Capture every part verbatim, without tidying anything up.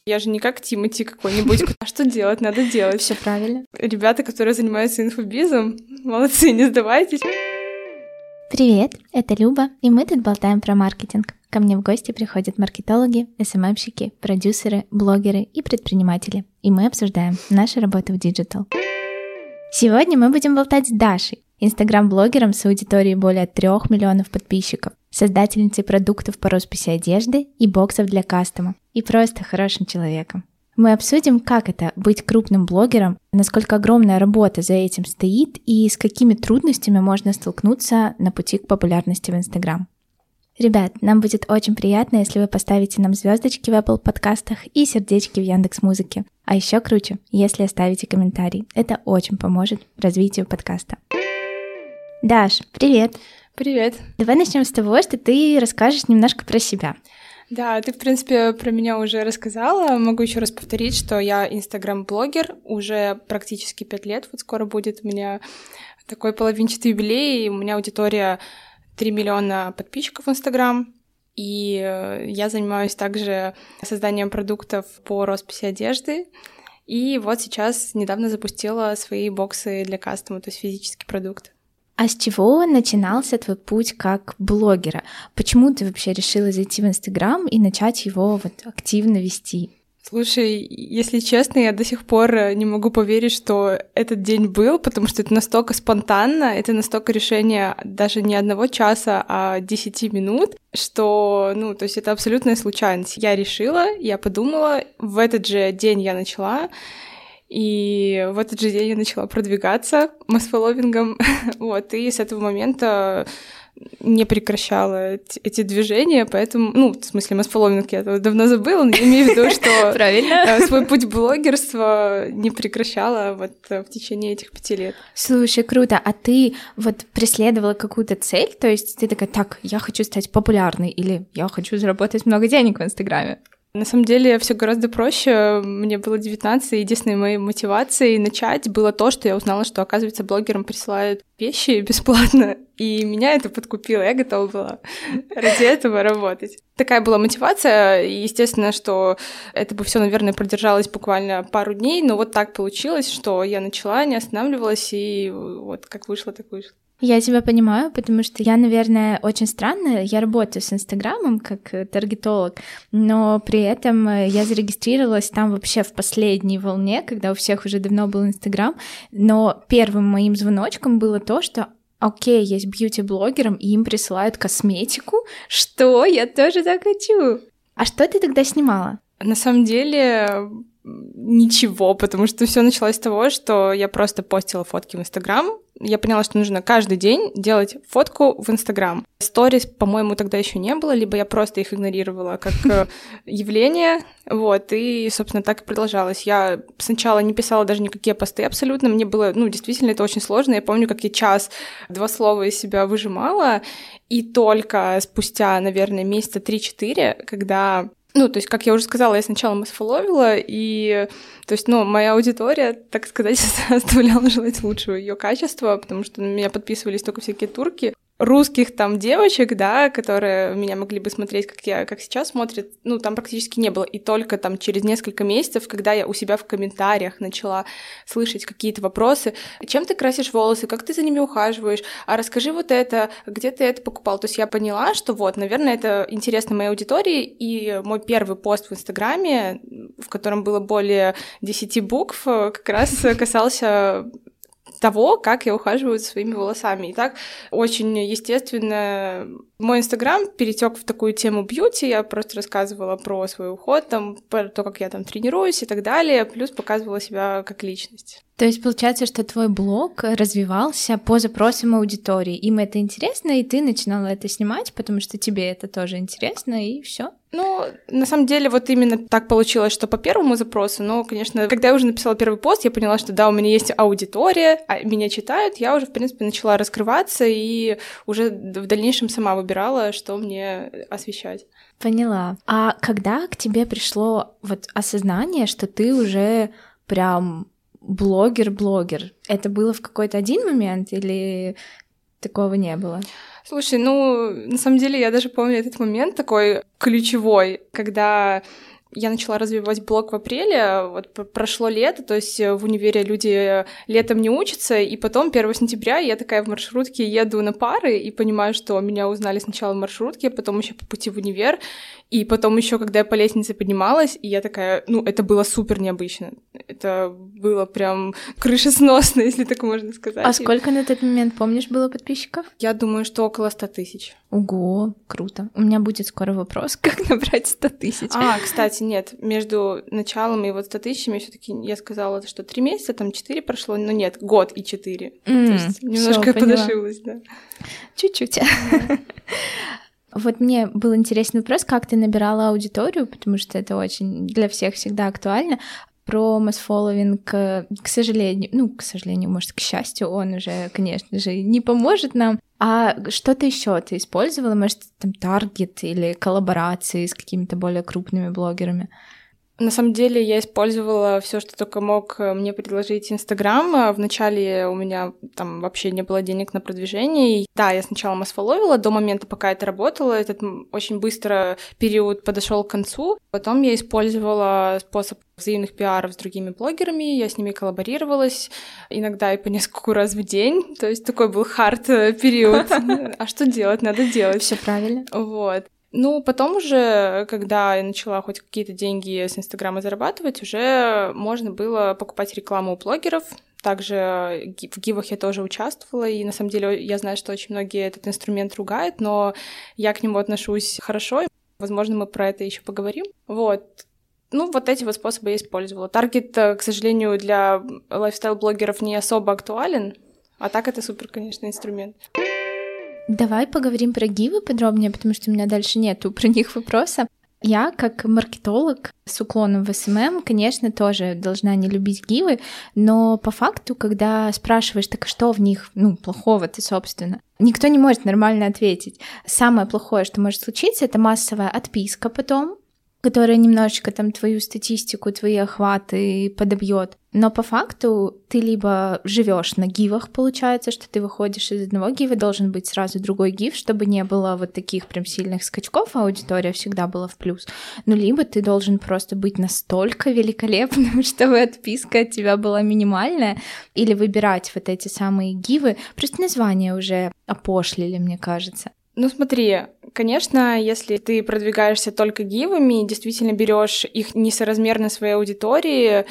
Я же не как Тимати какой-нибудь. А что делать? Надо делать. Все правильно. Ребята, которые занимаются инфобизом, молодцы, не сдавайтесь. Привет, это Люба, и мы тут болтаем про маркетинг. Ко мне в гости приходят маркетологи, эс эм эм-щики, продюсеры, блогеры и предприниматели. И мы обсуждаем нашу работу в диджитал. Сегодня мы будем болтать с Дашей, инстаграм-блогером с аудиторией более трех миллионов подписчиков, создательницей продуктов по росписи одежды и боксов для кастома, и просто хорошим человеком. Мы обсудим, как это — быть крупным блогером, насколько огромная работа за этим стоит и с какими трудностями можно столкнуться на пути к популярности в Инстаграм. Ребят, нам будет очень приятно, если вы поставите нам звездочки в Apple подкастах и сердечки в Яндекс.Музыке. А еще круче, если оставите комментарий. Это очень поможет развитию подкаста. Даш, привет! Привет! Давай начнем с того, что ты расскажешь немножко про себя. Да, ты, в принципе, про меня уже рассказала. Могу еще раз повторить, что я инстаграм-блогер уже практически пять лет. Вот скоро будет у меня такой половинчатый юбилей. У меня аудитория три миллиона подписчиков в Инстаграм. И я занимаюсь также созданием продуктов по росписи одежды. И вот сейчас недавно запустила свои боксы для кастома, то есть физический продукт. А с чего начинался твой путь как блогера? Почему ты вообще решила зайти в Инстаграм и начать его вот активно вести? Слушай, если честно, я до сих пор не могу поверить, что этот день был, потому что это настолько спонтанно, это настолько решение даже не одного часа, а десяти минут, что, ну, то есть это абсолютная случайность. Я решила, я подумала, в этот же день я начала, и в этот же день я начала продвигаться масс-фолловингом, вот, и с этого момента не прекращала эти движения, поэтому, ну, в смысле, масс-фолловинг я давно забыла, но я имею в виду, что свой путь блогерства не прекращала вот в течение этих пяти лет. Слушай, круто, а ты вот преследовала какую-то цель, то есть ты такая, так, я хочу стать популярной, или я хочу заработать много денег в Инстаграме? На самом деле все гораздо проще. Мне было девятнадцать, и единственной моей мотивацией начать было то, что я узнала, что, оказывается, блогерам присылают вещи бесплатно, и меня это подкупило. Я готова была ради этого работать. Такая была мотивация, и естественно, что это бы все, наверное, продержалось буквально пару дней, но вот так получилось, что я начала, не останавливалась, и вот как вышло, так вышло. Я тебя понимаю, потому что я, наверное, очень странно, я работаю с Инстаграмом как таргетолог, но при этом я зарегистрировалась там вообще в последней волне, когда у всех уже давно был Инстаграм, но первым моим звоночком было то, что окей, есть бьюти-блогерам, и им присылают косметику, что я тоже так хочу. А что ты тогда снимала? На самом деле ничего, потому что все началось с того, что я просто постила фотки в Инстаграм. Я поняла, что нужно каждый день делать фотку в Инстаграм. Сторис, по-моему, тогда еще не было, либо я просто их игнорировала как явление, вот, и, собственно, так и продолжалось. Я сначала не писала даже никакие посты абсолютно, мне было, ну, действительно, это очень сложно. Я помню, как я час два слова из себя выжимала, и только спустя, наверное, месяца три-четыре, когда... Ну, то есть, как я уже сказала, я сначала масс-фолловила, и, то есть, ну, моя аудитория, так сказать, оставляла желать лучшего ее качества, потому что на меня подписывались только всякие турки. Русских там девочек, да, которые меня могли бы смотреть, как я, как сейчас смотрят, ну, там практически не было. И только там через несколько месяцев, когда я у себя в комментариях начала слышать какие-то вопросы, чем ты красишь волосы, как ты за ними ухаживаешь, а расскажи вот это, где ты это покупал. То есть я поняла, что вот, наверное, это интересно моей аудитории, и мой первый пост в Инстаграме, в котором было более десяти букв, как раз касался того, как я ухаживаю за своими волосами. И так очень естественно мой Инстаграм перетек в такую тему бьюти. Я просто рассказывала про свой уход, там, про то, как я там тренируюсь и так далее, плюс показывала себя как личность. То есть получается, что твой блог развивался по запросам аудитории. Им это интересно, и ты начинала это снимать, потому что тебе это тоже интересно, и все. Ну, на самом деле, вот именно так получилось, что по первому запросу, но, конечно, когда я уже написала первый пост, я поняла, что да, у меня есть аудитория, меня читают, я уже, в принципе, начала раскрываться и уже в дальнейшем сама выбирала, что мне освещать. Поняла. А когда к тебе пришло вот осознание, что ты уже прям блогер-блогер? Это было в какой-то один момент или такого не было? Слушай, ну, на самом деле, я даже помню этот момент такой ключевой, когда Я начала развивать блог в апреле, вот прошло лето, то есть в универе люди летом не учатся, и потом первого сентября я такая в маршрутке еду на пары и понимаю, что меня узнали сначала в маршрутке, а потом еще по пути в универ, и потом еще, когда я по лестнице поднималась, и я такая, ну, это было супер необычно. Это было прям крышесносно, если так можно сказать. А сколько на тот момент, помнишь, было подписчиков? Я думаю, что около ста тысяч. Ого, круто. У меня будет скоро вопрос, как набрать сто тысяч. А, кстати, нет, между началом и вот ста тысячами все таки я сказала, что три месяца, там четыре прошло, но нет, год и четыре. Mm, То есть немножко подошилась, да. Чуть-чуть. Вот мне был интересный вопрос, как ты набирала аудиторию, потому что это очень для всех всегда актуально. Про масс-фолловинг, к сожалению, ну, к сожалению, может, к счастью, он уже, конечно же, не поможет нам. А что-то еще ты использовала? Может, там таргет или коллаборации с какими-то более крупными блогерами? На самом деле я использовала все, что только мог мне предложить Инстаграм. Вначале у меня там вообще не было денег на продвижение. И, да, я сначала масс-фолловила до момента, пока это работало. Этот очень быстро период подошел к концу. Потом я использовала способ взаимных пиаров с другими блогерами, я с ними коллаборировалась, иногда и по нескольку раз в день. То есть такой был хард период. А что делать? Надо делать. Все правильно. Вот. Ну, потом уже, когда я начала хоть какие-то деньги с Инстаграма зарабатывать, уже можно было покупать рекламу у блогеров. Также в гивах я тоже участвовала, и на самом деле я знаю, что очень многие этот инструмент ругают, но я к нему отношусь хорошо. Возможно, мы про это еще поговорим. Вот. Ну, вот эти вот способы я использовала. Таргет, к сожалению, для лайфстайл-блогеров не особо актуален, а так это супер, конечно, инструмент. Давай поговорим про гивы подробнее, потому что у меня дальше нету про них вопроса. Я, как маркетолог с уклоном в эс эм эм, конечно, тоже должна не любить гивы, но по факту, когда спрашиваешь, так что в них, ну, плохого-то, собственно, никто не может нормально ответить. Самое плохое, что может случиться, это массовая отписка потом, которая немножечко там твою статистику, твои охваты подобьет. Но по факту ты либо живешь на гивах, получается, что ты выходишь из одного гива, должен быть сразу другой гив, чтобы не было вот таких прям сильных скачков, а аудитория всегда была в плюс. Ну, либо ты должен просто быть настолько великолепным, чтобы отписка от тебя была минимальная, или выбирать вот эти самые гивы. Просто название уже опошлили, мне кажется. Ну смотри, конечно, если ты продвигаешься только гивами, действительно берешь их несоразмерно своей аудитории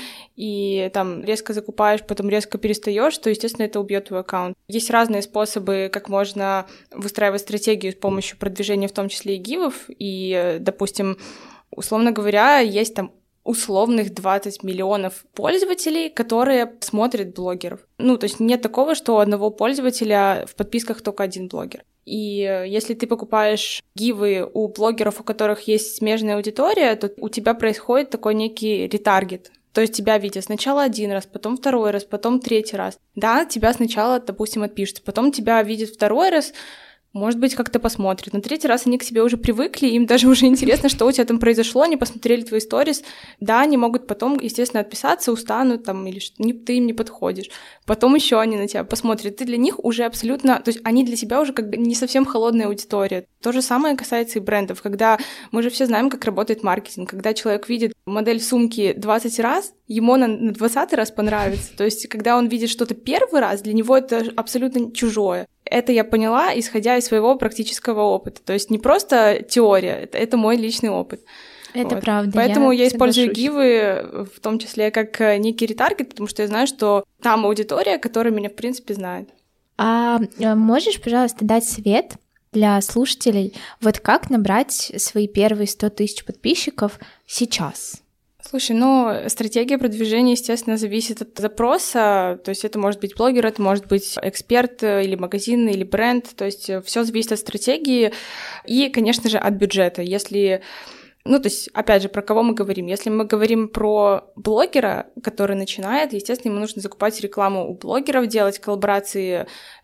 и там резко закупаешь, потом резко перестаешь, то, естественно, это убьет твой аккаунт. Есть разные способы, как можно выстраивать стратегию с помощью продвижения, в том числе и гивов. И, допустим, условно говоря, есть там условных двадцать миллионов пользователей, которые смотрят блогеров. Ну, то есть нет такого, что у одного пользователя в подписках только один блогер. И если ты покупаешь гивы у блогеров, у которых есть смежная аудитория, то у тебя происходит такой некий ретаргет. То есть тебя видят сначала один раз, потом второй раз, потом третий раз. Да, тебя сначала, допустим, отпишут, потом тебя видят второй раз, может быть, как-то посмотрят. На третий раз они к тебе уже привыкли, им даже уже интересно, что у тебя там произошло, они посмотрели твои сторис. Да, они могут потом, естественно, отписаться, устанут там, или что ты им не подходишь. Потом еще они на тебя посмотрят. Ты для них уже абсолютно... То есть они для тебя уже как бы не совсем холодная аудитория. То же самое касается и брендов. Когда мы же все знаем, как работает маркетинг. Когда человек видит модель сумки двадцать раз, ему она на двадцатый раз понравится. То есть когда он видит что-то первый раз, для него это абсолютно чужое. Это я поняла, исходя из своего практического опыта. То есть не просто теория, это, это мой личный опыт. Это вот. правда. Поэтому я, я использую соглашусь. Гивы, в том числе как некий ретаргет, потому что я знаю, что там аудитория, которая меня, в принципе, знает. А можешь, пожалуйста, дать совет для слушателей, вот как набрать свои первые сто тысяч подписчиков сейчас? Слушай, ну, стратегия продвижения, естественно, зависит от запроса, то есть это может быть блогер, это может быть эксперт или магазин, или бренд, то есть все зависит от стратегии и, конечно же, от бюджета. Если, ну, то есть, опять же, про кого мы говорим? Если мы говорим про блогера, который начинает, естественно, ему нужно закупать рекламу у блогеров, делать коллаборации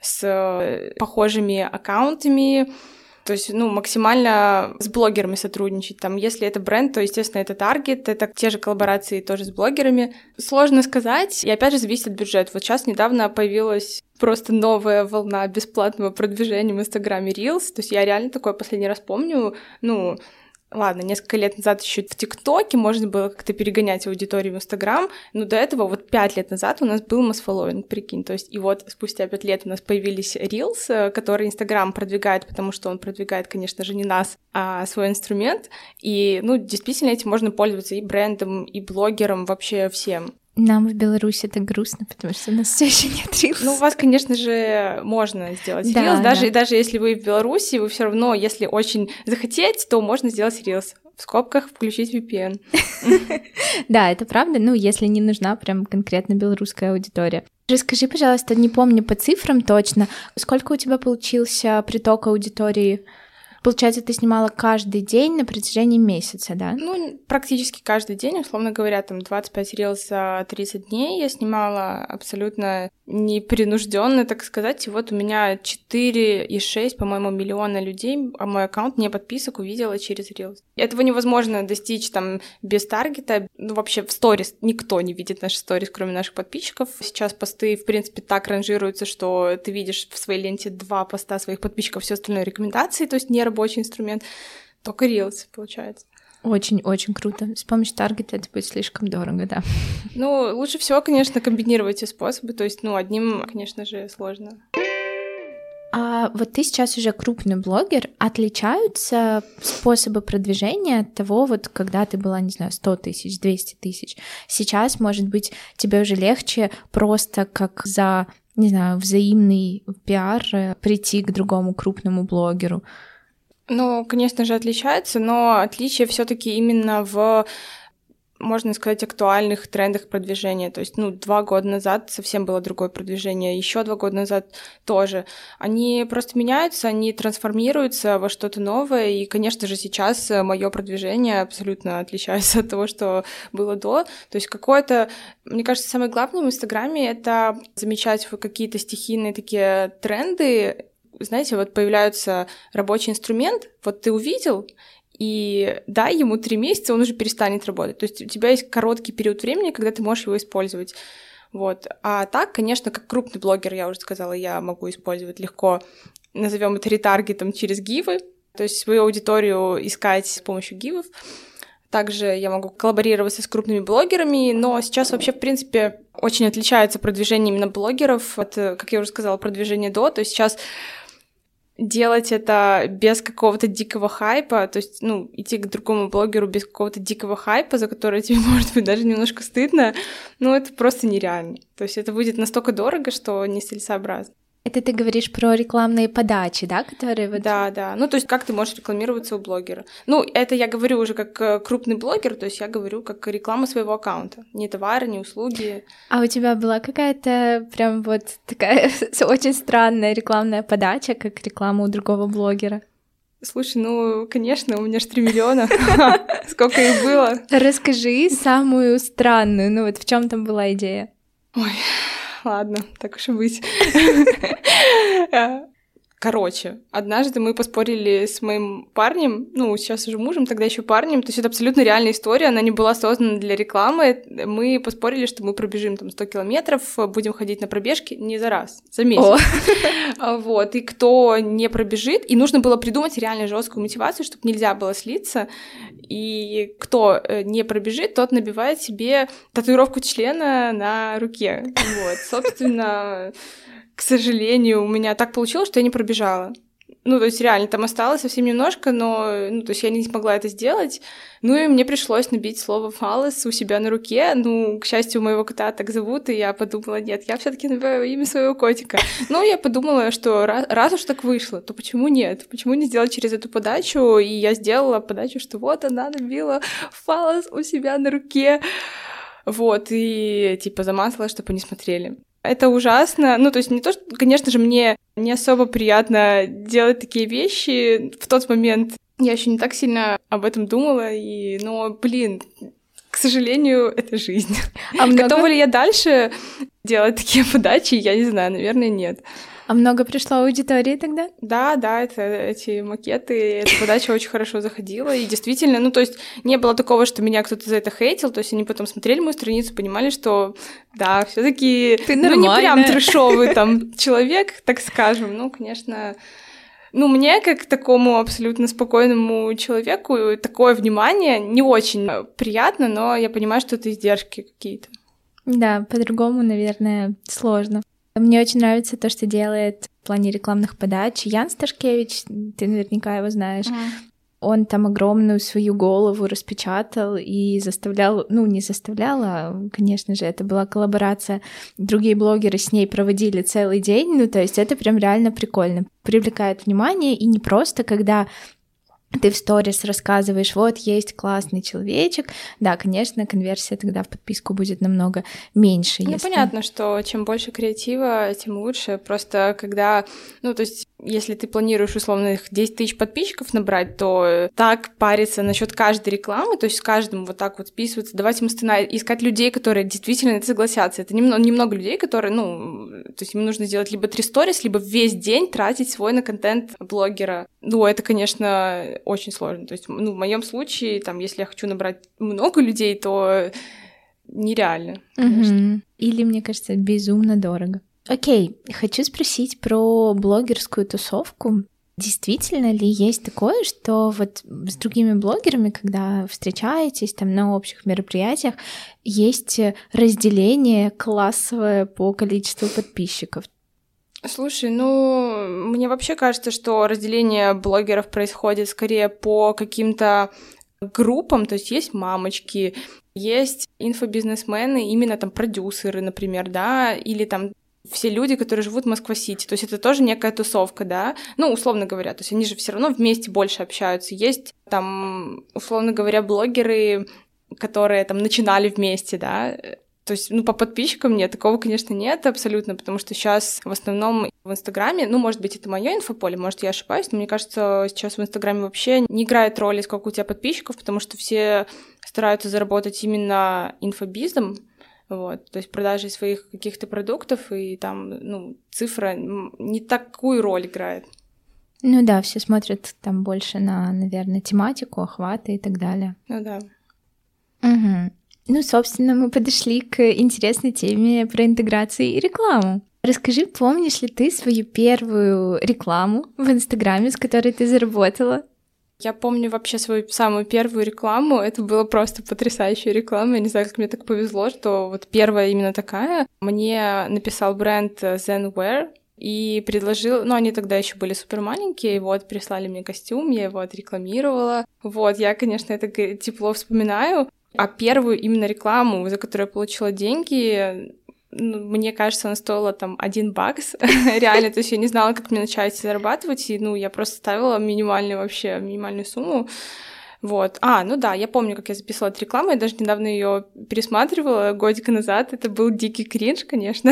с похожими аккаунтами, то есть, ну, максимально с блогерами сотрудничать. Там, если это бренд, то, естественно, это таргет, это те же коллаборации тоже с блогерами. Сложно сказать, и опять же зависит от бюджета. Вот сейчас недавно появилась просто новая волна бесплатного продвижения в Инстаграме Reels. То есть я реально такое последний раз помню, ну, Ладно, несколько лет назад еще в ТикТоке можно было как-то перегонять аудиторию в Инстаграм, но до этого вот пять лет назад у нас был масс-фолловинг, прикинь, то есть и вот спустя пять лет у нас появились Reels, которые Инстаграм продвигает, потому что он продвигает, конечно же, не нас, а свой инструмент, и, ну, действительно этим можно пользоваться и брендом, и блогерам, вообще всем. Нам в Беларуси это грустно, потому что у нас все еще нет Reels. Ну, у вас, конечно же, можно сделать да, Reels, даже, да. и даже если вы в Беларуси, вы все равно, если очень захотеть, то можно сделать Reels. В скобках включить ви пи эн. Да, это правда, ну, если не нужна прям конкретно белорусская аудитория. Расскажи, пожалуйста, не помню по цифрам точно, сколько у тебя получился приток аудитории? Получается, ты снимала каждый день на протяжении месяца, да? Ну, практически каждый день, условно говоря, там двадцать пять рилс за тридцать дней я снимала абсолютно непринужденно, так сказать. И вот у меня четыре и шесть, по-моему, миллиона людей, а мой аккаунт не подписок увидела через рилс. Этого невозможно достичь там без таргета. Ну, вообще в сторис никто не видит наши сторис, кроме наших подписчиков. Сейчас посты, в принципе, так ранжируются, что ты видишь в своей ленте два поста своих подписчиков, все остальное рекомендации, то есть не рабочий инструмент, только Reels, получается. Очень-очень круто. С помощью таргета это будет слишком дорого, да. Ну, лучше всего, конечно, комбинировать эти способы, то есть, ну, одним, конечно же, сложно. А вот ты сейчас уже крупный блогер, отличаются способы продвижения от того, вот когда ты была, не знаю, сто тысяч, двести тысяч? Сейчас, может быть, тебе уже легче просто как за, не знаю, взаимный пиар прийти к другому крупному блогеру? Ну, конечно же, отличается, но отличие все-таки именно в, можно сказать, актуальных трендах продвижения. То есть, ну, два года назад совсем было другое продвижение, еще два года назад тоже. Они просто меняются, они трансформируются во что-то новое, и, конечно же, сейчас мое продвижение абсолютно отличается от того, что было до. То есть какое-то, мне кажется, самое главное в Инстаграме — это замечать какие-то стихийные такие тренды. Знаете, вот появляется рабочий инструмент, вот ты увидел, и дай ему три месяца, он уже перестанет работать. То есть у тебя есть короткий период времени, когда ты можешь его использовать. Вот. А так, конечно, как крупный блогер, я уже сказала, я могу использовать легко, назовем это ретаргетом через гивы, то есть свою аудиторию искать с помощью гивов. Также я могу коллаборироваться с крупными блогерами, но сейчас вообще, в принципе, очень отличается продвижение именно блогеров от, как я уже сказала, продвижения до. То есть сейчас делать это без какого-то дикого хайпа, то есть, ну, идти к другому блогеру без какого-то дикого хайпа, за который тебе, может быть, даже немножко стыдно, ну, это просто нереально. То есть это будет настолько дорого, что нецелесообразно. Это ты говоришь про рекламные подачи, да, которые вот... Да, да. Ну, то есть как ты можешь рекламироваться у блогера? Ну, это я говорю уже как крупный блогер, то есть я говорю как реклама своего аккаунта. Не товары, не услуги. А у тебя была какая-то прям вот такая очень странная рекламная подача, как реклама у другого блогера? Слушай, ну, конечно, у меня же три миллиона. Сколько их было? Расскажи самую странную, ну вот в чем там была идея? Ой... Ладно, так уж и быть. Короче, однажды мы поспорили с моим парнем, ну, сейчас уже мужем, тогда еще парнем, то есть это абсолютно реальная история, она не была создана для рекламы. Мы поспорили, что мы пробежим там сто километров, будем ходить на пробежки не за раз, за месяц. Вот, и кто не пробежит, и нужно было придумать реально жесткую мотивацию, чтобы нельзя было слиться, и кто не пробежит, тот набивает себе татуировку члена на руке. Вот, собственно... К сожалению, у меня так получилось, что я не пробежала. Ну, то есть реально, там осталось совсем немножко, но, ну, то есть я не смогла это сделать. Ну, и мне пришлось набить слово «фалос» у себя на руке. Ну, к счастью, моего кота так зовут, и я подумала, нет, я все таки набиваю имя своего котика. Ну, я подумала, что раз, раз уж так вышло, то почему нет? Почему не сделать через эту подачу? И я сделала подачу, что вот она набила «фалос» у себя на руке. Вот, и типа замазала, чтобы они смотрели. Это ужасно. Ну, то есть не то, что, конечно же, мне не особо приятно делать такие вещи. В тот момент я еще не так сильно об этом думала, и, но, блин, к сожалению, это жизнь. А много... Готова ли я дальше делать такие подачи? Я не знаю, наверное, нет. А много пришло аудитории тогда? Да, да, это эти макеты, эта подача очень хорошо заходила, и действительно, ну, то есть не было такого, что меня кто-то за это хейтил, то есть они потом смотрели мою страницу, понимали, что, да, все таки ну, не прям трэшовый там человек, так скажем, ну, конечно, Ну, мне, как такому абсолютно спокойному человеку, такое внимание не очень приятно, но я понимаю, что это издержки какие-то. Да, по-другому, наверное, сложно. Мне очень нравится то, что делает в плане рекламных подач Ян Сташкевич, ты наверняка его знаешь. Mm. Он там огромную свою голову распечатал и заставлял, ну, не заставлял, а, конечно же, это была коллаборация. Другие блогеры с ней проводили целый день, ну, то есть это прям реально прикольно. Привлекает внимание, и не просто, когда ты в сторис рассказываешь, вот, есть классный человечек, да, конечно, конверсия тогда в подписку будет намного меньше. Ну, если... понятно, что чем больше креатива, тем лучше. Просто когда, ну, то есть, если ты планируешь, условно, их десять тысяч подписчиков набрать, то так париться насчет каждой рекламы, то есть каждому вот так вот списываться, давать ему сценарий, искать людей, которые действительно это согласятся. Это немного, немного людей, которые, ну, то есть им нужно сделать либо три сторис, либо весь день тратить свой на контент блогера. Ну, это, конечно, очень сложно. То есть, ну, в моем случае, там, если я хочу набрать много людей, то нереально, конечно. Угу. Или, мне кажется, безумно дорого. Окей, хочу спросить про блогерскую тусовку. Действительно ли есть такое, что вот с другими блогерами, когда встречаетесь там на общих мероприятиях, есть разделение классовое по количеству подписчиков? Слушай, ну, мне вообще кажется, что разделение блогеров происходит скорее по каким-то группам, то есть есть мамочки, есть инфобизнесмены, именно там продюсеры, например, да, или там все люди, которые живут в Москва-Сити, то есть это тоже некая тусовка, да, ну, условно говоря, то есть они же все равно вместе больше общаются. Есть там, условно говоря, блогеры, которые там начинали вместе, да, то есть, ну, по подписчикам нет, такого, конечно, нет абсолютно, потому что сейчас в основном в Инстаграме, ну, может быть, это мое инфополе, может, я ошибаюсь, но мне кажется, сейчас в Инстаграме вообще не играет роли, сколько у тебя подписчиков, потому что все стараются заработать именно инфобизом, вот, то есть продажей своих каких-то продуктов, и там, ну, цифра не такую роль играет. Ну да, все смотрят там больше на, наверное, тематику, охваты и так далее. Ну да. Угу. Ну, собственно, мы подошли к интересной теме про интеграцию и рекламу. Расскажи, помнишь ли ты свою первую рекламу в Инстаграме, с которой ты заработала? Я помню вообще свою самую первую рекламу. Это была просто потрясающая реклама. Я не знаю, как мне так повезло, что вот первая именно такая. Мне написал бренд Zenwear и предложил... Ну, они тогда еще были супер маленькие, и вот прислали мне костюм, я его отрекламировала. Вот, я, конечно, это тепло вспоминаю. А первую именно рекламу, за которую я получила деньги, ну, мне кажется, она стоила там один бакс, реально, то есть я не знала, как мне начать зарабатывать, и, ну, я просто ставила минимальную вообще, минимальную сумму, вот. А, ну да, я помню, как я записывала эту рекламу, я даже недавно ее пересматривала годика назад, это был дикий кринж, конечно,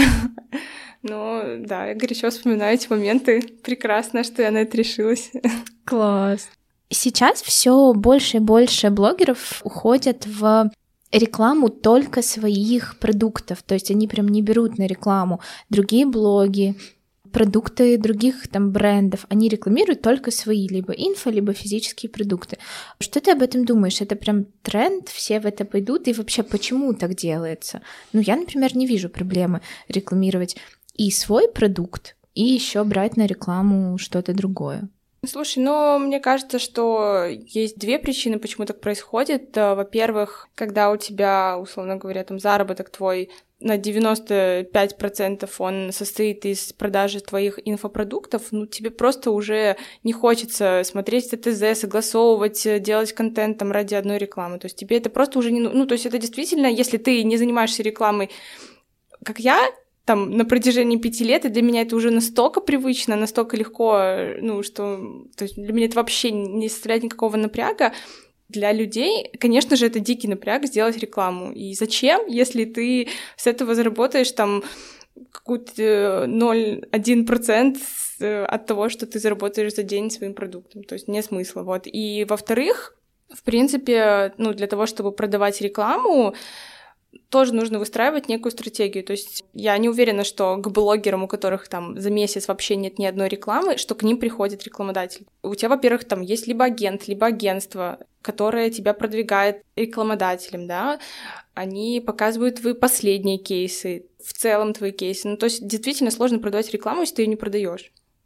но да, я горячо вспоминаю эти моменты, прекрасно, что я на это решилась. Класс. Сейчас все больше и больше блогеров уходят в рекламу только своих продуктов, то есть они прям не берут на рекламу другие блоги, продукты других там брендов, они рекламируют только свои, либо инфо, либо физические продукты. Что ты об этом думаешь? Это прям тренд, все в это пойдут, и вообще почему так делается? Ну, я, например, не вижу проблемы рекламировать и свой продукт, и еще брать на рекламу что-то другое. Слушай, ну, мне кажется, что есть две причины, почему так происходит. Во-первых, когда у тебя, условно говоря, там заработок твой на девяносто пять процентов он состоит из продажи твоих инфопродуктов, ну, тебе просто уже не хочется смотреть ТТЗ, согласовывать, делать контент там ради одной рекламы. То есть тебе это просто уже не... Ну, то есть это действительно, если ты не занимаешься рекламой, как я, там, на протяжении пяти лет, и для меня это уже настолько привычно, настолько легко, ну, что... То есть для меня это вообще не составляет никакого напряга. Для людей, конечно же, это дикий напряг сделать рекламу. И зачем, если ты с этого заработаешь там какую-то ноль целых одна десятая процента от того, что ты заработаешь за день своим продуктом. То есть нет смысла, вот. И, во-вторых, в принципе, ну, для того, чтобы продавать рекламу, тоже нужно выстраивать некую стратегию. То есть я не уверена, что к блогерам, у которых там за месяц вообще нет ни одной рекламы, что к ним приходит рекламодатель. У тебя, во-первых, там есть либо агент, либо агентство, которое тебя продвигает рекламодателем, да, они показывают твои последние кейсы, в целом твои кейсы. Ну, то есть действительно сложно продавать рекламу, если ты ее не продаешь.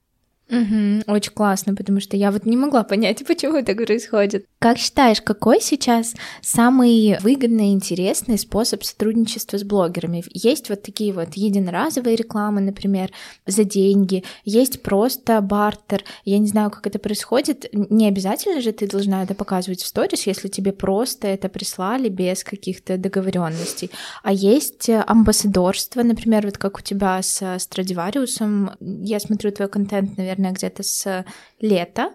Угу, очень классно, потому что я вот не могла понять, почему так происходит. Как считаешь, какой сейчас самый выгодный и интересный способ сотрудничества с блогерами? Есть вот такие вот единоразовые рекламы, например, за деньги, есть просто бартер. Я не знаю, как это происходит. Не обязательно же ты должна это показывать в сторис, если тебе просто это прислали без каких-то договоренностей. А есть амбассадорство, например, вот как у тебя с Stradivarius'ом. Я смотрю твой контент, наверное, где-то с лета,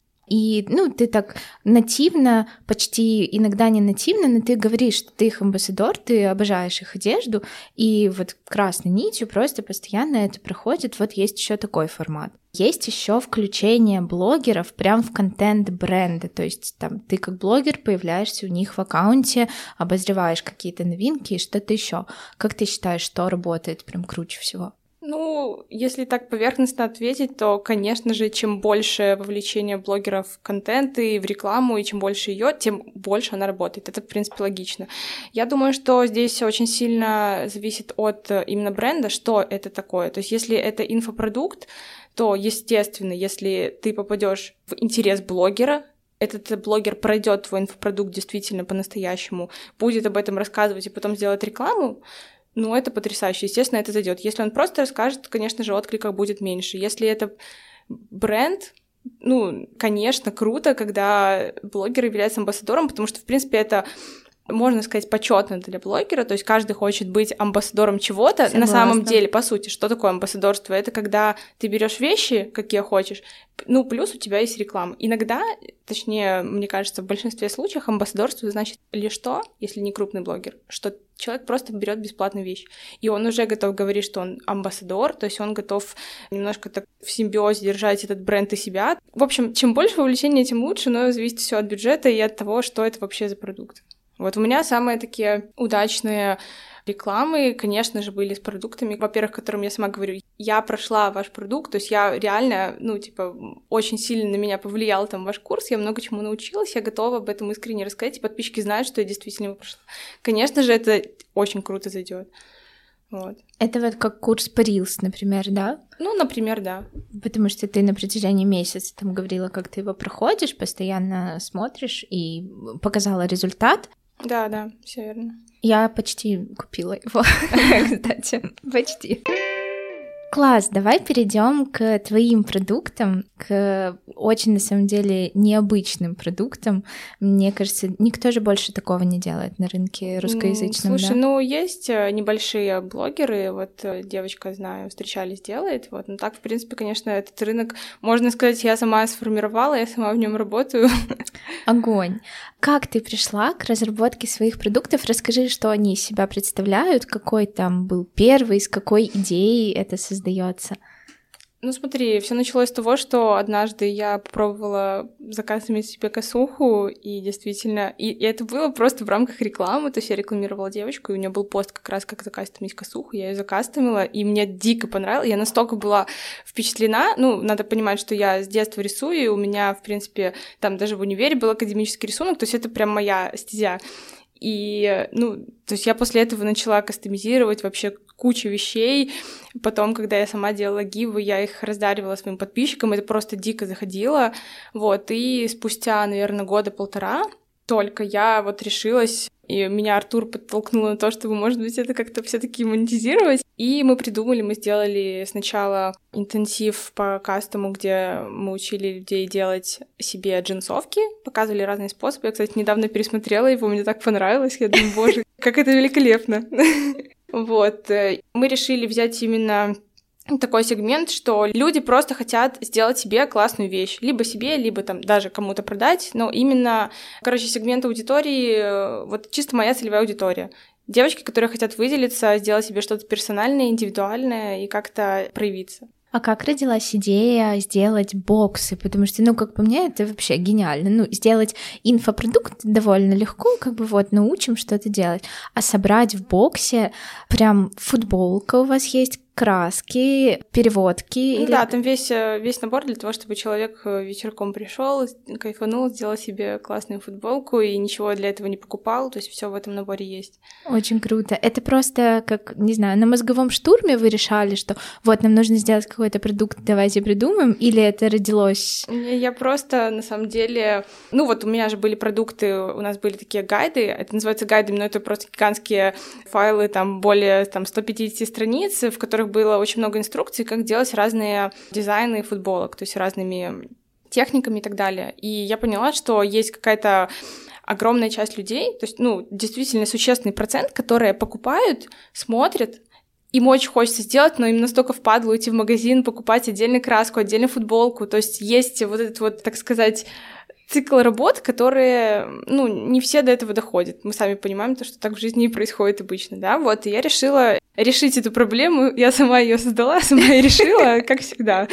и, ну, ты так нативно, почти иногда не нативно, но ты говоришь, что ты их амбассадор, ты обожаешь их одежду, и вот красной нитью просто постоянно это проходит. Вот есть еще такой формат. Есть еще включение блогеров прям в контент бренда, то есть там ты как блогер появляешься у них в аккаунте, обозреваешь какие-то новинки и что-то еще. Как ты считаешь, что работает прям круче всего? Ну, если так поверхностно ответить, то, конечно же, чем больше вовлечения блогеров в контент и в рекламу, и чем больше ее, тем больше она работает. Это, в принципе, логично. Я думаю, что здесь очень сильно зависит от именно бренда, что это такое. То есть, если это инфопродукт, то, естественно, если ты попадешь в интерес блогера, этот блогер пройдет твой инфопродукт действительно по-настоящему, будет об этом рассказывать и потом сделать рекламу, ну, это потрясающе. Естественно, это зайдет. Если он просто расскажет, конечно же, отклика будет меньше. Если это бренд, ну, конечно, круто, когда блогер является амбассадором, потому что, в принципе, это, можно сказать, почетно для блогера, то есть каждый хочет быть амбассадором чего-то. Согласна. На самом деле, по сути, что такое амбассадорство? Это когда ты берешь вещи, какие хочешь, ну, плюс у тебя есть реклама. Иногда, точнее, мне кажется, в большинстве случаев амбассадорство значит лишь то, если не крупный блогер, что человек просто берет бесплатную вещь, и он уже готов говорить, что он амбассадор, то есть он готов немножко так в симбиозе держать этот бренд и себя. В общем, чем больше вовлечения, тем лучше, но зависит все от бюджета и от того, что это вообще за продукт. Вот у меня самые такие удачные рекламы, конечно же, были с продуктами, во-первых, которым я сама говорю, я прошла ваш продукт, то есть я реально, ну, типа, очень сильно на меня повлиял там ваш курс, я много чему научилась, я готова об этом искренне рассказать, и подписчики знают, что я действительно его прошла. Конечно же, это очень круто зайдет. Вот. Это вот как курс по Reels, например, да? Ну, например, да. Потому что ты на протяжении месяца там говорила, как ты его проходишь, постоянно смотришь и показала результат. Да, да, все верно. Я почти купила его, кстати, почти. Класс, давай перейдем к твоим продуктам, к очень, на самом деле, необычным продуктам. Мне кажется, никто же больше такого не делает на рынке русскоязычном. Слушай, да? ну есть небольшие блогеры, вот девочка, знаю, встречались, делает, вот, но так, в принципе, конечно, этот рынок, можно сказать, я сама сформировала, я сама в нем работаю. Огонь. Как ты пришла к разработке своих продуктов? Расскажи, что они из себя представляют, какой там был первый, с какой идеей это создается. Ну смотри, все началось с того, что однажды я попробовала закастомить себе косуху, и действительно, и, и это было просто в рамках рекламы, то есть я рекламировала девочку, и у нее был пост как раз, как закастомить косуху, я ее закастомила, и мне дико понравилось, я настолько была впечатлена, ну, надо понимать, что я с детства рисую, и у меня, в принципе, там даже в универе был академический рисунок, то есть это прям моя стезя. И, ну, то есть я после этого начала кастомизировать вообще кучу вещей. Потом, когда я сама делала гивы, я их раздаривала своим подписчикам, это просто дико заходило. Вот, и спустя, наверное, года полтора только я вот решилась, и меня Артур подтолкнул на то, чтобы, может быть, это как-то все-таки монетизировать. И мы придумали, мы сделали сначала интенсив по кастому, где мы учили людей делать себе джинсовки, показывали разные способы. Я, кстати, недавно пересмотрела его, мне так понравилось. Я думаю, боже, как это великолепно. Вот. Мы решили взять именно такой сегмент, что люди просто хотят сделать себе классную вещь. Либо себе, либо там даже кому-то продать. Но именно, короче, сегмент аудитории, вот чисто моя целевая аудитория. Девочки, которые хотят выделиться, сделать себе что-то персональное, индивидуальное и как-то проявиться. А как родилась идея сделать боксы? Потому что, ну, как по мне, это вообще гениально. Ну, сделать инфопродукт довольно легко, как бы вот научим что-то делать. А собрать в боксе прям футболка у вас есть, краски, переводки? Ну, или... Да, там весь, весь набор для того, чтобы человек вечерком пришел, кайфанул, сделал себе классную футболку и ничего для этого не покупал, то есть все в этом наборе есть. Очень круто. Это просто как, не знаю, на мозговом штурме вы решали, что вот нам нужно сделать какой-то продукт, давайте придумаем, или это родилось? Я просто, на самом деле, ну вот у меня же были продукты, у нас были такие гайды, это называется гайдами, но это просто гигантские файлы, там более там, сто пятьдесят страниц, в которых было очень много инструкций, как делать разные дизайны футболок, то есть разными техниками и так далее. И я поняла, что есть какая-то огромная часть людей, то есть, ну, действительно существенный процент, которые покупают, смотрят, им очень хочется сделать, но им настолько впадло уйти в магазин, покупать отдельную краску, отдельную футболку, то есть есть вот этот вот, так сказать, цикл работ, которые, ну, не все до этого доходят. Мы сами понимаем, то, что так в жизни и происходит обычно, да, вот, и я решила решить эту проблему, я сама ее создала, сама и решила, как всегда.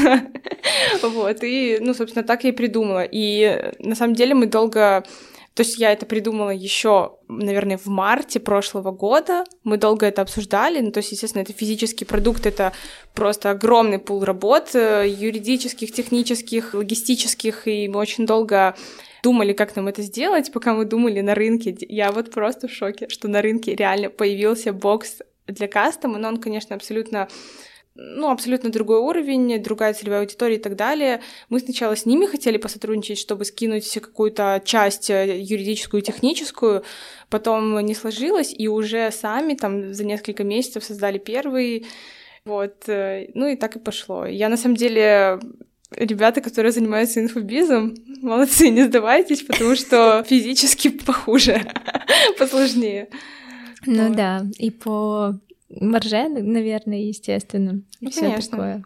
Вот, и, ну, собственно, так я и придумала. И на самом деле мы долго... То есть я это придумала еще, наверное, в марте прошлого года. Мы долго это обсуждали. Ну, то есть, естественно, это физический продукт, это просто огромный пул работ, юридических, технических, логистических, и мы очень долго думали, как нам это сделать, пока мы думали на рынке. Я вот просто в шоке, что на рынке реально появился бокс для кастома, но он, конечно, абсолютно... ну, абсолютно другой уровень, другая целевая аудитория и так далее. Мы сначала с ними хотели посотрудничать, чтобы скинуть какую-то часть юридическую и техническую, потом не сложилось, и уже сами там за несколько месяцев создали первый, вот, ну и так и пошло. Я на самом деле... Ребята, которые занимаются инфобизом, молодцы, не сдавайтесь, потому что физически похуже, посложнее. Ну да, и по... марже, наверное, естественно. Ну, всё конечно. Такое.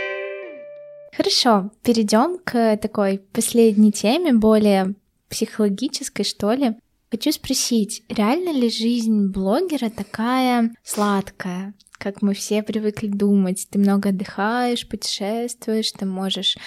Хорошо, перейдем к такой последней теме, более психологической, что ли. Хочу спросить, реально ли жизнь блогера такая сладкая, как мы все привыкли думать? Ты много отдыхаешь, путешествуешь, ты можешь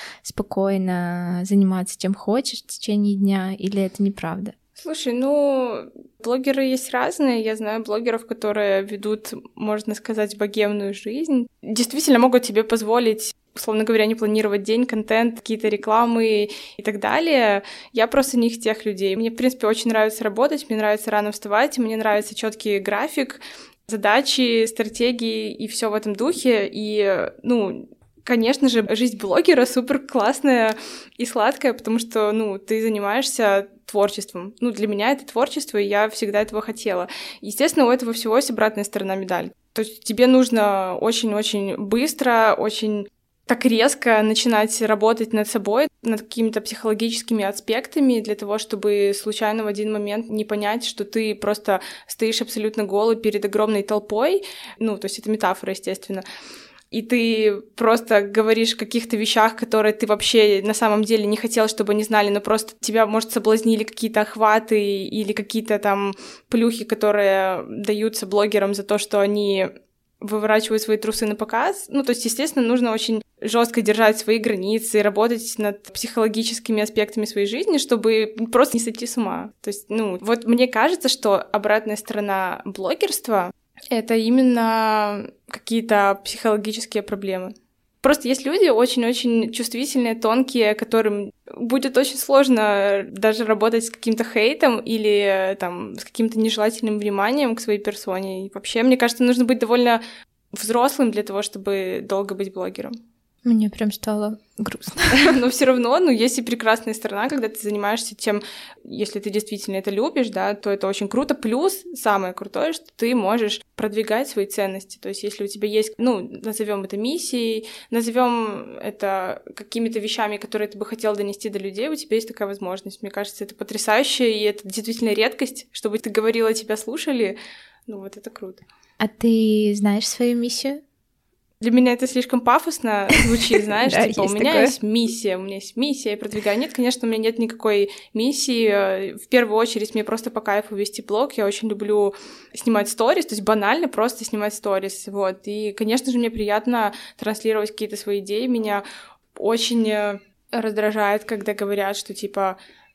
спокойно заниматься чем хочешь в течение дня, или это неправда? Слушай, ну, блогеры есть разные. Я знаю блогеров, которые ведут, можно сказать, богемную жизнь. Действительно могут себе позволить, условно говоря, не планировать день, контент, какие-то рекламы и так далее. Я просто не из тех людей. Мне, в принципе, очень нравится работать, мне нравится рано вставать, мне нравится четкий график, задачи, стратегии и все в этом духе. И, ну, конечно же, жизнь блогера супер классная и сладкая, потому что, ну, ты занимаешься творчеством. Ну, для меня это творчество, и я всегда этого хотела. Естественно, у этого всего есть обратная сторона медали. То есть тебе нужно очень-очень быстро, очень так резко начинать работать над собой, над какими-то психологическими аспектами для того, чтобы случайно в один момент не понять, что ты просто стоишь абсолютно голый перед огромной толпой. Ну, то есть это метафора, естественно. И ты просто говоришь о каких-то вещах, которые ты вообще на самом деле не хотел, чтобы они знали, но просто тебя, может, соблазнили какие-то охваты или какие-то там плюхи, которые даются блогерам за то, что они выворачивают свои трусы на показ. Ну, то есть, естественно, нужно очень жестко держать свои границы, работать над психологическими аспектами своей жизни, чтобы просто не сойти с ума. То есть, ну, вот мне кажется, что обратная сторона блогерства — это именно какие-то психологические проблемы. Просто есть люди очень-очень чувствительные, тонкие, которым будет очень сложно даже работать с каким-то хейтом или там, с каким-то нежелательным вниманием к своей персоне. И вообще, мне кажется, нужно быть довольно взрослым для того, чтобы долго быть блогером. Мне прям стало грустно. Но все равно, ну, есть и прекрасная сторона, когда ты занимаешься тем, если ты действительно это любишь, да, то это очень круто. Плюс самое крутое, что ты можешь продвигать свои ценности. То есть, если у тебя есть, ну, назовем это миссией, назовем это какими-то вещами, которые ты бы хотел донести до людей, у тебя есть такая возможность. Мне кажется, это потрясающе, и это действительно редкость, чтобы ты говорила, тебя слушали. Ну, вот это круто. А ты знаешь свою миссию? Для меня это слишком пафосно звучит, знаешь, да, типа у меня такое. есть миссия, у меня есть миссия, я продвигаю. Нет, конечно, у меня нет никакой миссии. В первую очередь мне просто по кайфу вести блог. Я очень люблю снимать сторис, то есть банально просто снимать сторис, вот. И, конечно же, мне приятно транслировать какие-то свои идеи. Меня очень раздражает, когда говорят, что, типа,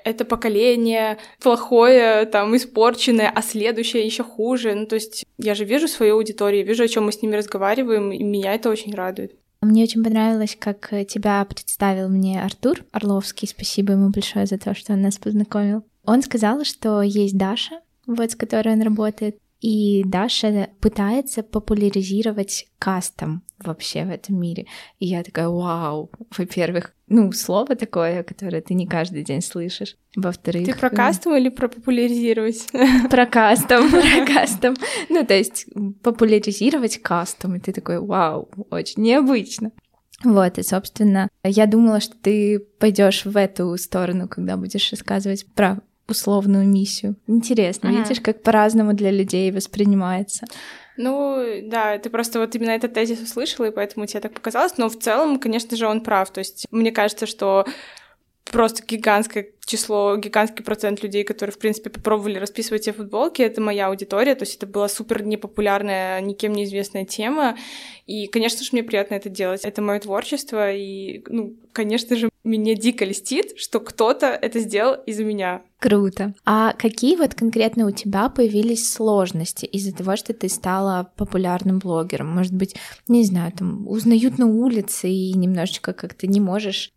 это поколение плохое, там, испорченное, а следующее еще хуже. Ну, то есть я же вижу свою аудиторию, вижу, о чем мы с ними разговариваем, и меня это очень радует. Мне очень понравилось, как тебя представил мне Артур Орловский. Спасибо ему большое за то, что он нас познакомил. Он сказал, что есть Даша, вот с которой он работает, и Даша пытается популяризировать кастом вообще в этом мире. И я такая, вау, во-первых, ну, слово такое, которое ты не каждый день слышишь. Во-вторых... Ты про кастом или про популяризировать? Про кастом, про кастом. Ну, то есть популяризировать кастом, и ты такой, вау, очень необычно. Вот, и, собственно, я думала, что ты пойдешь в эту сторону, когда будешь рассказывать про условную миссию. Интересно, ага. Видишь, как по-разному для людей воспринимается. Ну, да, ты просто вот именно этот тезис услышала, и поэтому тебе так показалось, но в целом, конечно же, он прав. То есть мне кажется, что просто гигантское число, гигантский процент людей, которые, в принципе, попробовали расписывать те футболки, это моя аудитория, то есть это была супер непопулярная, никем неизвестная тема, и, конечно же, мне приятно это делать. Это мое творчество, и, ну, конечно же, меня дико льстит, что кто-то это сделал из-за меня. Круто. А какие вот конкретно у тебя появились сложности из-за того, что ты стала популярным блогером? Может быть, не знаю, там, узнают на улице и немножечко как-то не можешь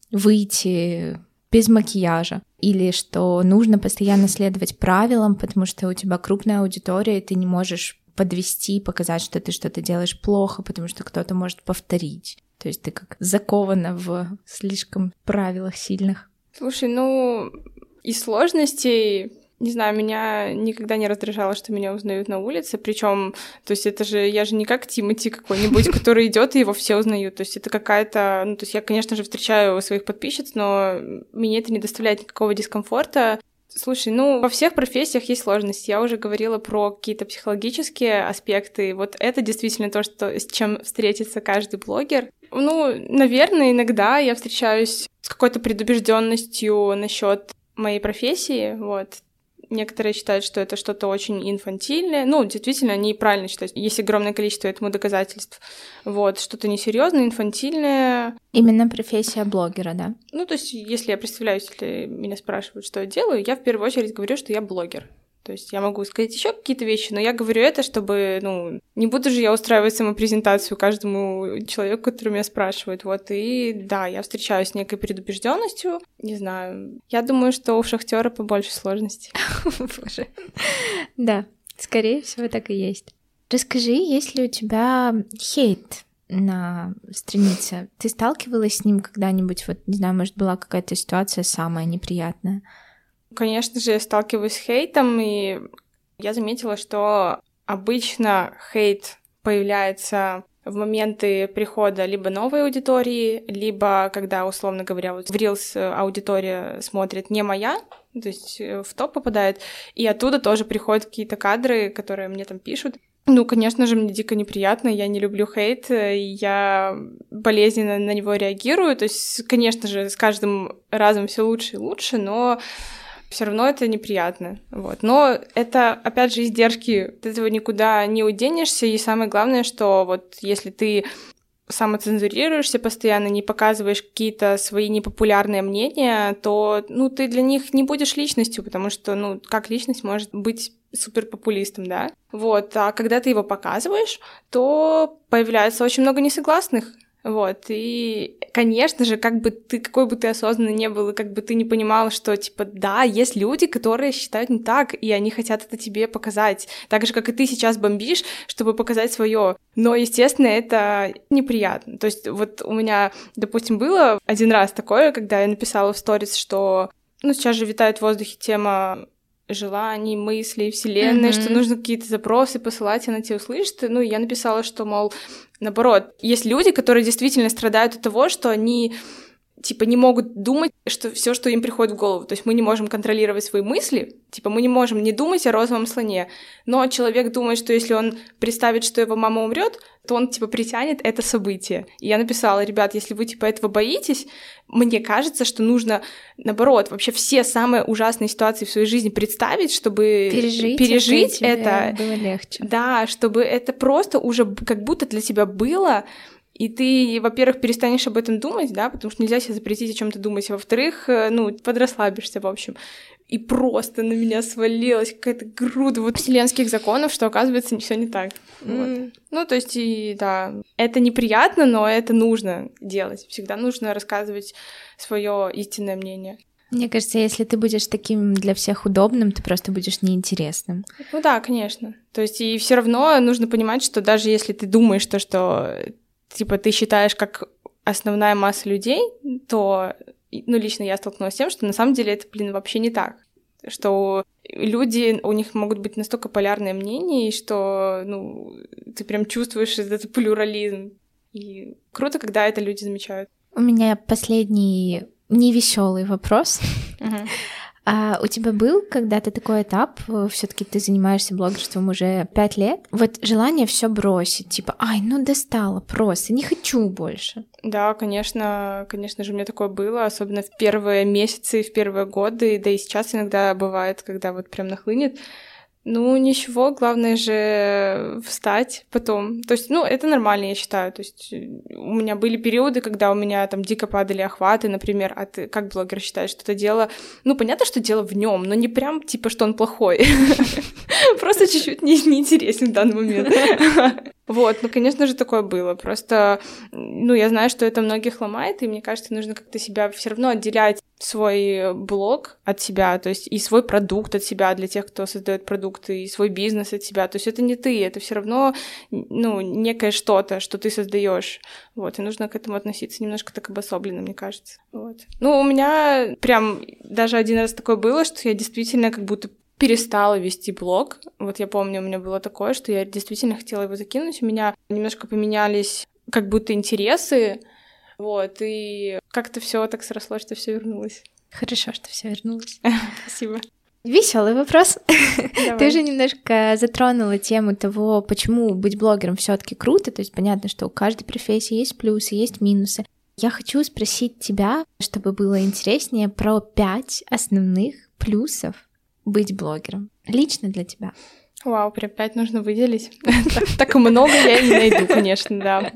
выйти без макияжа, или что нужно постоянно следовать правилам, потому что у тебя крупная аудитория, и ты не можешь подвести, показать, что ты что-то делаешь плохо, потому что кто-то может повторить. То есть ты как закована в слишком правилах сильных. Слушай, ну, из сложностей... Не знаю, меня никогда не раздражало, что меня узнают на улице, причем, то есть это же, я же не как Тимати какой-нибудь, который идет и его все узнают, то есть это какая-то, ну, то есть я, конечно же, встречаю своих подписчиц, но мне это не доставляет никакого дискомфорта. Слушай, ну, во всех профессиях есть сложности, я уже говорила про какие-то психологические аспекты, вот это действительно то, что, с чем встретится каждый блогер. Ну, наверное, иногда я встречаюсь с какой-то предубежденностью насчет моей профессии, вот. Некоторые считают, что это что-то очень инфантильное. Ну, действительно, они правильно считают. Есть огромное количество этому доказательств. Вот, что-то несерьезное, инфантильное. Именно профессия блогера, да? Ну, то есть, если я представляюсь, если меня спрашивают, что я делаю, я в первую очередь говорю, что я блогер. То есть я могу сказать еще какие-то вещи, но я говорю это, чтобы, ну, не буду же я устраивать самопрезентацию каждому человеку, который меня спрашивает. Вот, и да, я встречаюсь с некой предубежденностью. Не знаю. Я думаю, что у шахтера побольше сложностей. Боже. Да, скорее всего, так и есть. Расскажи, есть ли у тебя хейт на странице? Ты сталкивалась с ним когда-нибудь? Вот, не знаю, может, была какая-то ситуация самая неприятная? Конечно же, я сталкиваюсь с хейтом, и я заметила, что обычно хейт появляется в моменты прихода либо новой аудитории, либо когда, условно говоря, вот в Reels аудитория смотрит не моя, то есть в топ попадает, и оттуда тоже приходят какие-то кадры, которые мне там пишут. Ну, конечно же, мне дико неприятно, я не люблю хейт, и я болезненно на него реагирую, то есть, конечно же, с каждым разом все лучше и лучше, но все равно это неприятно, вот. Но это, опять же, издержки, от этого никуда не уденешься, и самое главное, что вот если ты самоцензурируешься постоянно, не показываешь какие-то свои непопулярные мнения, то, ну, ты для них не будешь личностью, потому что, ну, как личность может быть суперпопулистом, да? Вот, а когда ты его показываешь, то появляется очень много несогласных. Вот, и, конечно же, как бы ты, какой бы ты осознанный не был, и как бы ты не понимал, что, типа, да, есть люди, которые считают не так, и они хотят это тебе показать, так же, как и ты сейчас бомбишь, чтобы показать свое. Но, естественно, это неприятно. То есть вот у меня, допустим, было один раз такое, когда я написала в сторис, что, ну, сейчас же витает в воздухе тема желаний, мыслей, вселенной, mm-hmm. что нужно какие-то запросы посылать, она тебя услышит. Ну, я написала, что, мол, наоборот, есть люди, которые действительно страдают от того, что они, типа, не могут думать, что все, что им приходит в голову. То есть мы не можем контролировать свои мысли, типа, мы не можем не думать о розовом слоне, но человек думает, что если он представит, что его мама умрет, то он, типа, притянет это событие. И я написала: ребят, если вы, типа, этого боитесь, мне кажется, что нужно, наоборот, вообще все самые ужасные ситуации в своей жизни представить, чтобы пережить, пережить это. Было легче. Да, чтобы это просто уже как будто для тебя было, И ты, во-первых, перестанешь об этом думать, да, потому что нельзя себе запретить о чем-то думать, а во-вторых, ну, подрасслабишься, в общем. И просто на меня свалилась какая-то груда вот вселенских законов, что, оказывается, все не так. Mm. Вот. Ну, то есть, и да, это неприятно, но это нужно делать. Всегда нужно рассказывать свое истинное мнение. Мне кажется, если ты будешь таким для всех удобным, ты просто будешь неинтересным. Ну да, конечно. То есть, и все равно нужно понимать, что даже если ты думаешь то, что типа ты считаешь как основная масса людей, то, ну, лично я столкнулась с тем, что на самом деле это, блин, вообще не так. Что люди, у них могут быть настолько полярные мнения, и что, ну, ты прям чувствуешь этот плюрализм. И круто, когда это люди замечают. У меня последний невеселый вопрос. Uh-huh. А у тебя был когда-то такой этап, все-таки ты занимаешься блогерством уже пять лет, вот желание все бросить, типа, ай, ну достало просто, не хочу больше? Да, конечно, конечно же, у меня такое было, особенно в первые месяцы, в первые годы, да и сейчас иногда бывает, когда вот прям нахлынет. Ну, ничего, главное же встать потом. То есть, ну, это нормально, я считаю. То есть у меня были периоды, когда у меня там дико падали охваты, например, а ты как блогер считаешь, что это дело... Ну, понятно, что дело в нем, но не прям, типа, что он плохой. Просто чуть-чуть неинтересен в данный момент. Вот, ну, конечно же, такое было. Просто, ну, я знаю, что это многих ломает, и мне кажется, нужно как-то себя все равно отделять свой блог от себя, то есть и свой продукт от себя для тех, кто создает продукты, и свой бизнес от себя. То есть это не ты, это все равно, ну, некое что-то, что ты создаешь. Вот, и нужно к этому относиться немножко так обособленно, мне кажется. Вот. Ну, у меня прям даже один раз такое было, что я действительно как будто перестала вести блог. Вот я помню, у меня было такое, что я действительно хотела его закинуть. У меня немножко поменялись как будто интересы, вот, и как-то все так срослось, что все вернулось. Хорошо, что все вернулось. Спасибо. Веселый вопрос. Давай. Ты уже немножко затронула тему того, почему быть блогером все-таки круто. То есть понятно, что у каждой профессии есть плюсы, есть минусы. Я хочу спросить тебя, чтобы было интереснее, про пять основных плюсов быть блогером. Лично для тебя. Вау, прям пять нужно выделить. Так много я не найду, конечно, да.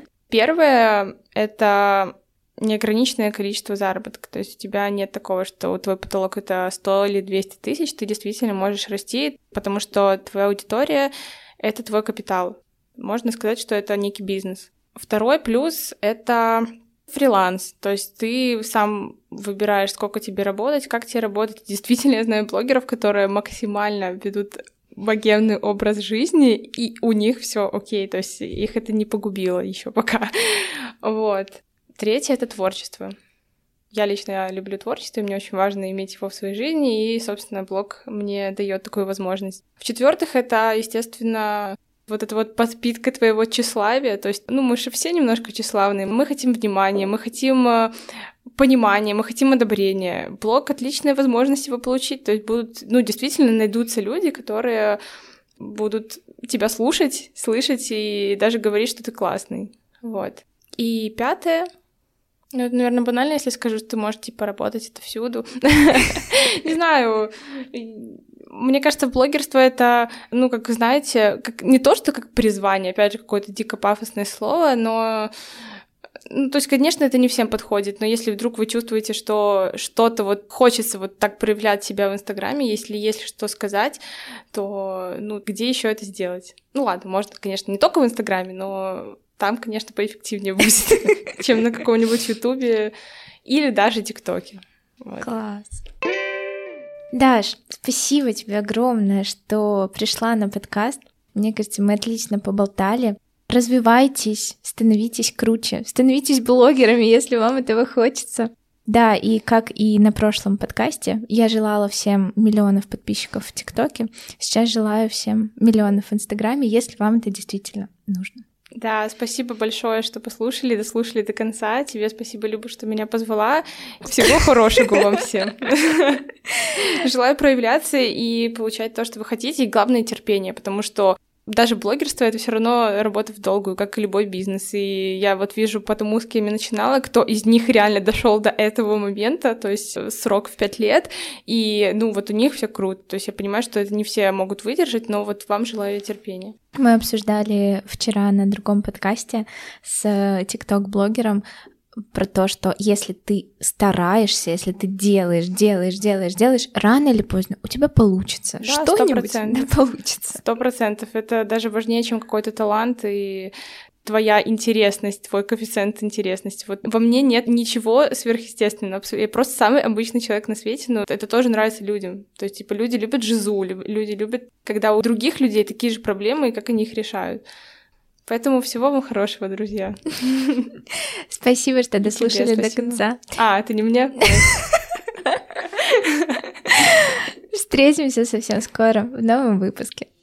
Первое — это неограниченное количество заработка. То есть у тебя нет такого, что твой потолок — это сто или двести тысяч. Ты действительно можешь расти, потому что твоя аудитория — это твой капитал. Можно сказать, что это некий бизнес. Второй плюс — это фриланс, то есть ты сам выбираешь, сколько тебе работать, как тебе работать. Действительно, я знаю блогеров, которые максимально ведут богемный образ жизни, и у них все окей, то есть их это не погубило еще пока. Вот. Третье — это творчество. Я лично люблю творчество, и мне очень важно иметь его в своей жизни, и, собственно, блог мне дает такую возможность. В-четвертых, это, естественно, вот эта вот подпитка твоего тщеславия, то есть, ну, мы же все немножко тщеславные, мы хотим внимания, мы хотим э, понимания, мы хотим одобрения. Блог — отличная возможность его получить, то есть будут, ну, действительно найдутся люди, которые будут тебя слушать, слышать и даже говорить, что ты классный, вот. И пятое, ну, это, наверное, банально, если скажу, что ты можешь, типа, работать отовсюду. Не знаю. Мне кажется, блогерство — это, ну, как знаете, как, не то, что как призвание, опять же, какое-то дико пафосное слово, но... Ну, то есть, конечно, это не всем подходит, но если вдруг вы чувствуете, что что-то вот хочется вот так проявлять себя в Инстаграме, если есть что сказать, то, ну, где еще это сделать? Ну, ладно, можно, конечно, не только в Инстаграме, но там, конечно, поэффективнее будет, чем на каком-нибудь Ютубе или даже ТикТоке. Класс. Даш, спасибо тебе огромное, что пришла на подкаст. Мне кажется, мы отлично поболтали. Развивайтесь, становитесь круче, становитесь блогерами, если вам этого хочется. Да, и как и на прошлом подкасте, я желала всем миллионов подписчиков в ТикТоке. Сейчас желаю всем миллионов в Инстаграме, если вам это действительно нужно. Да, спасибо большое, что послушали, дослушали до конца. Тебе спасибо, Люба, что меня позвала. Всего хорошего вам всем. Желаю проявляться и получать то, что вы хотите, и главное — терпение, потому что Даже блогерство — это все равно работа в долгую, как и любой бизнес. И я вот вижу по тому, с кем я начинала, кто из них реально дошел до этого момента, то есть срок в пять лет, и, ну, вот у них все круто. То есть я понимаю, что это не все могут выдержать, но вот вам желаю терпения. Мы обсуждали вчера на другом подкасте с тикток-блогером про то, что если ты стараешься, если ты делаешь, делаешь, делаешь, делаешь, рано или поздно у тебя получится. Да, что-нибудь да, получится. Сто процентов. Это даже важнее, чем какой-то талант и твоя интересность, твой коэффициент интересности. Вот во мне нет ничего сверхъестественного. Я просто самый обычный человек на свете, но это тоже нравится людям. То есть, типа, люди любят жизу, люди любят, когда у других людей такие же проблемы, и как они их решают. Поэтому всего вам хорошего, друзья. Спасибо, что дослушали до конца. А, это не мне? Встретимся совсем скоро в новом выпуске.